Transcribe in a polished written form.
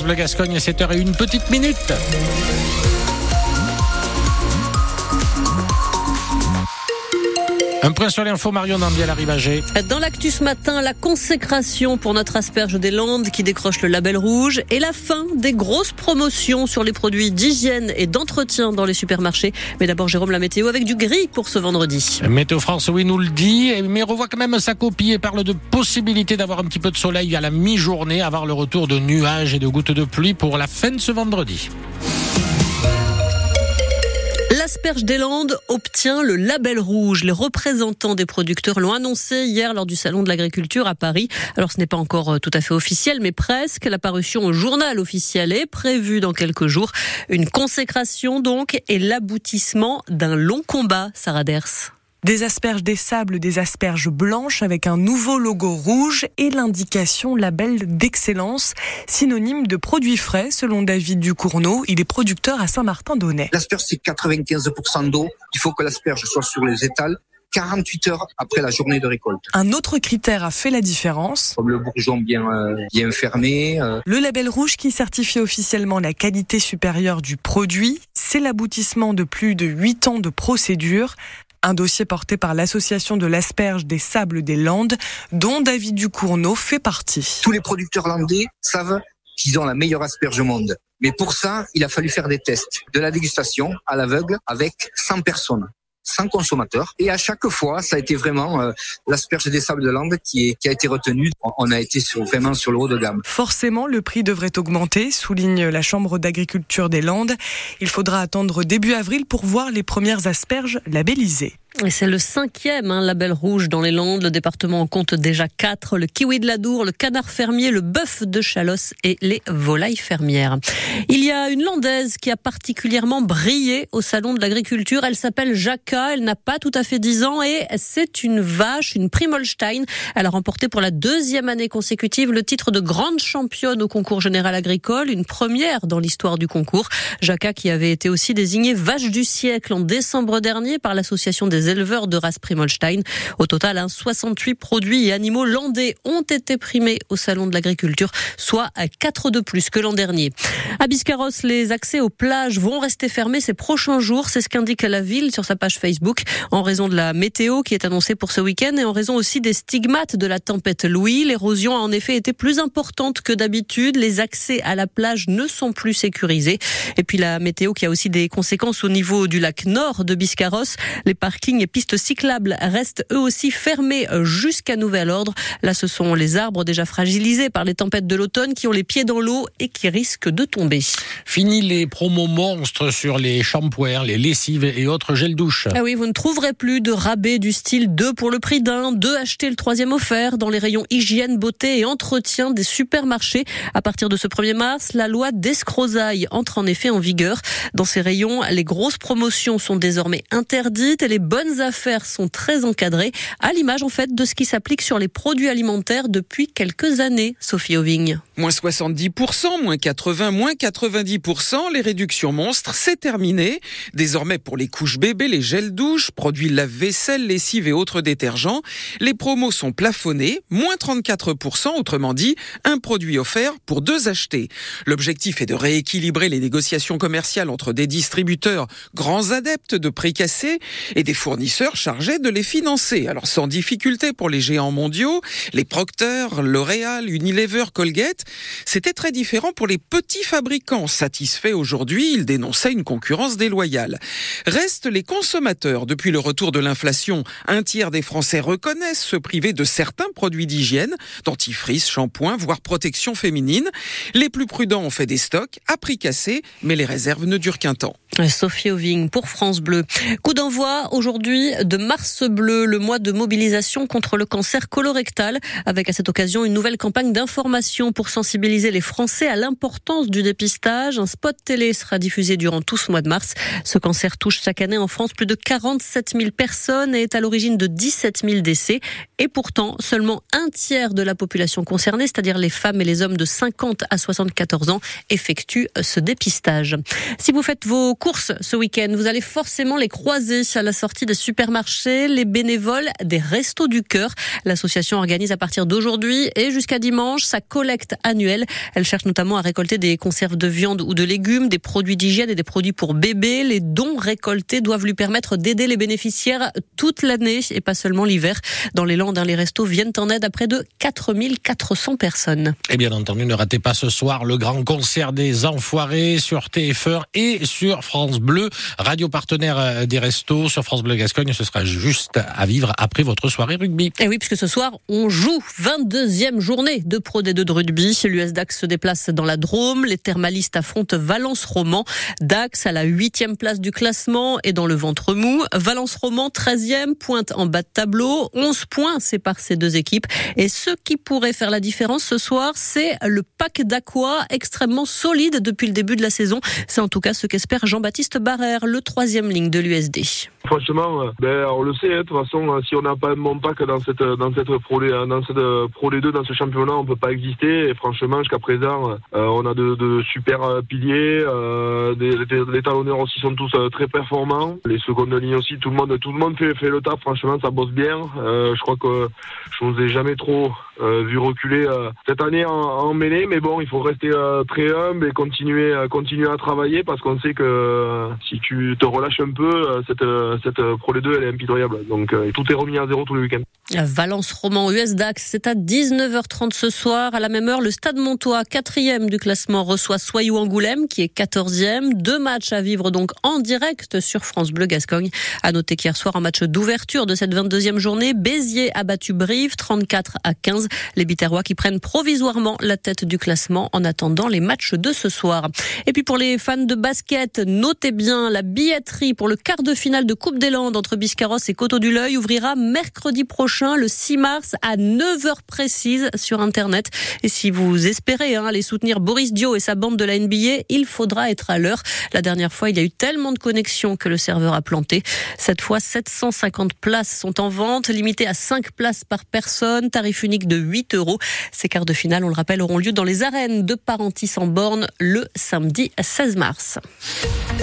France Bleu Gascogne, 7h01. Un point sur l'info, Marion Nambiel à Ribagé. Dans l'actu ce matin, la consécration pour notre asperge des Landes qui décroche le label rouge et la fin des grosses promotions sur les produits d'hygiène et d'entretien dans les supermarchés. Mais d'abord, Jérôme, la météo avec du gris pour ce vendredi. Météo France, oui, nous le dit, mais revoit quand même sa copie et parle de possibilité d'avoir un petit peu de soleil à la mi-journée, avoir le retour de nuages et de gouttes de pluie pour la fin de ce vendredi. L'asperge des Landes obtient le label rouge. Les représentants des producteurs l'ont annoncé hier lors du salon de l'agriculture à Paris. Alors ce n'est pas encore tout à fait officiel, mais presque. La parution au journal officiel est prévue dans quelques jours. Une consécration donc et l'aboutissement d'un long combat, Sarah Ders. Des asperges des sables, des asperges blanches avec un nouveau logo rouge et l'indication label d'excellence, synonyme de produit frais selon David Ducournau. Il est producteur à Saint-Martin-d'Aunay. L'asperge, c'est 95% d'eau. Il faut que l'asperge soit sur les étals 48 heures après la journée de récolte. Un autre critère a fait la différence. Comme le bourgeon bien fermé. Le label rouge qui certifie officiellement la qualité supérieure du produit, c'est l'aboutissement de plus de 8 ans de procédure. Un dossier porté par l'association de l'asperge des sables des Landes, dont David Ducournau fait partie. Tous les producteurs landais savent qu'ils ont la meilleure asperge au monde. Mais pour ça, il a fallu faire des tests. De la dégustation à l'aveugle avec 100 personnes. 100 consommateurs. Et à chaque fois, ça a été vraiment l'asperge des sables de Landes qui a été retenue. On a été vraiment sur le haut de gamme. Forcément, le prix devrait augmenter, souligne la Chambre d'agriculture des Landes. Il faudra attendre début avril pour voir les premières asperges labellisées. Et c'est le 5e label rouge dans les Landes. Le département en compte déjà 4. Le kiwi de l'Adour, le canard fermier, le bœuf de Chalosse et les volailles fermières. Il y a une Landaise qui a particulièrement brillé au salon de l'agriculture. Elle s'appelle Jacka. Elle n'a pas tout à fait 10 ans et c'est une vache, une Prime Holstein. Elle a remporté pour la 2e année consécutive le titre de grande championne au concours général agricole. Une première dans l'histoire du concours. Jacka qui avait été aussi désignée vache du siècle en décembre dernier par l'association des éleveurs de race Prime Holstein. Au total, 68 produits et animaux landais ont été primés au salon de l'agriculture, soit 4 de plus que l'an dernier. À Biscarrosse, les accès aux plages vont rester fermés ces prochains jours. C'est ce qu'indique la ville sur sa page Facebook, en raison de la météo qui est annoncée pour ce week-end et en raison aussi des stigmates de la tempête Louis. L'érosion a en effet été plus importante que d'habitude. Les accès à la plage ne sont plus sécurisés. Et puis la météo qui a aussi des conséquences au niveau du lac nord de Biscarrosse. Les parkings et pistes cyclables restent eux aussi fermés jusqu'à nouvel ordre. Là, ce sont les arbres déjà fragilisés par les tempêtes de l'automne qui ont les pieds dans l'eau et qui risquent de tomber. Fini les promos monstres sur les shampoings, les lessives et autres gels douche. Ah oui, vous ne trouverez plus de rabais du style 2 pour le prix d'un, 2 achetés le 3e offert dans les rayons hygiène, beauté et entretien des supermarchés. À partir de ce 1er mars, la loi d'escrozaille entre en effet en vigueur. Dans ces rayons, les grosses promotions sont désormais interdites et les bonnes affaires sont très encadrées, à l'image en fait de ce qui s'applique sur les produits alimentaires depuis quelques années. Sophie Auvigne. Moins 70%, moins 80%, moins 90%, les réductions monstres, c'est terminé. Désormais pour les couches bébés, les gels douche, produits lave-vaisselle, lessive et autres détergents, les promos sont plafonnés, moins 34%, autrement dit, un produit offert pour 2 achetés. L'objectif est de rééquilibrer les négociations commerciales entre des distributeurs grands adeptes de prix cassés et des fournisseurs chargés de les financer. Alors sans difficulté pour les géants mondiaux, les Procter, L'Oréal, Unilever, Colgate, c'était très différent pour les petits fabricants. Satisfaits aujourd'hui, ils dénonçaient une concurrence déloyale. Restent les consommateurs. Depuis le retour de l'inflation, un tiers des Français reconnaissent se priver de certains produits d'hygiène, dentifrice, shampoing, voire protection féminine. Les plus prudents ont fait des stocks à prix cassé, mais les réserves ne durent qu'un temps. Sophie Auvigne pour France Bleu. Coup d'envoi aujourd'hui de Mars Bleu, le mois de mobilisation contre le cancer colorectal, avec à cette occasion une nouvelle campagne d'information pour sensibiliser les Français à l'importance du dépistage. Un spot télé sera diffusé durant tout ce mois de mars. Ce cancer touche chaque année en France plus de 47 000 personnes et est à l'origine de 17 000 décès. Et pourtant, seulement un tiers de la population concernée, c'est-à-dire les femmes et les hommes de 50 à 74 ans, effectuent ce dépistage. Si vous faites vos courses ce week-end. Vous allez forcément les croiser à la sortie des supermarchés, les bénévoles des Restos du Cœur. L'association organise à partir d'aujourd'hui et jusqu'à dimanche sa collecte annuelle. Elle cherche notamment à récolter des conserves de viande ou de légumes, des produits d'hygiène et des produits pour bébés. Les dons récoltés doivent lui permettre d'aider les bénéficiaires toute l'année et pas seulement l'hiver. Dans les Landes, les restos viennent en aide à près de 4400 personnes. Et bien entendu, ne ratez pas ce soir le grand concert des Enfoirés sur TF1 et sur France Bleu, radio partenaire des restos. Sur France Bleu Gascogne, ce sera juste à vivre après votre soirée rugby. Et oui, puisque ce soir, on joue 22e journée de Pro D2 de rugby. L'US Dax se déplace dans la Drôme. Les thermalistes affrontent Valence Roman. Dax à la 8e place du classement et dans le ventre mou. Valence Roman 13e, pointe en bas de tableau. 11 points séparent ces deux équipes. Et ce qui pourrait faire la différence ce soir, c'est le pack d'Aqua, extrêmement solide depuis le début de la saison. C'est en tout cas ce qu'espère Jean-Baptiste Barrère, le 3e ligne de l'USD. Franchement, on le sait, de toute façon, si on n'a pas un bon pack dans cette Pro D2, dans ce championnat, on peut pas exister. Et franchement, jusqu'à présent, on a de super piliers, les talonneurs aussi sont tous très performants. Les secondes lignes aussi, tout le monde fait le taf. Franchement, ça bosse bien. Je crois que je ne vous ai jamais trop vu reculer cette année en mêlée, mais bon, il faut rester très humble et continuer à travailler parce qu'on sait que si tu te relâches un peu, cette Pro D2 elle est impitoyable. Donc tout est remis à zéro tous les week-ends. Valence Roman US Dax, c'est à 19h30 ce soir. À la même heure, le Stade Montois, 4e du classement, reçoit Soyou Angoulême qui est 14e. 2 matchs à vivre donc en direct sur France Bleu Gascogne. À noter qu'hier soir, en match d'ouverture de cette 22e journée, Béziers a battu Brive 34-15. Les Biterrois qui prennent provisoirement la tête du classement en attendant les matchs de ce soir. Et puis pour les fans de basket, notez bien la billetterie pour le quart de finale de Coupe des Landes entre Biscarrosse et Coteau-du-Loeil ouvrira mercredi prochain, le 6 mars, à 9h précise sur Internet. Et si vous espérez aller soutenir Boris Dio et sa bande de la NBA, il faudra être à l'heure. La dernière fois, il y a eu tellement de connexions que le serveur a planté. Cette fois, 750 places sont en vente, limitées à 5 places par personne, tarif unique de 8 €. Ces quarts de finale, on le rappelle, auront lieu dans les arènes de Parentis en Borne le samedi 16 mars.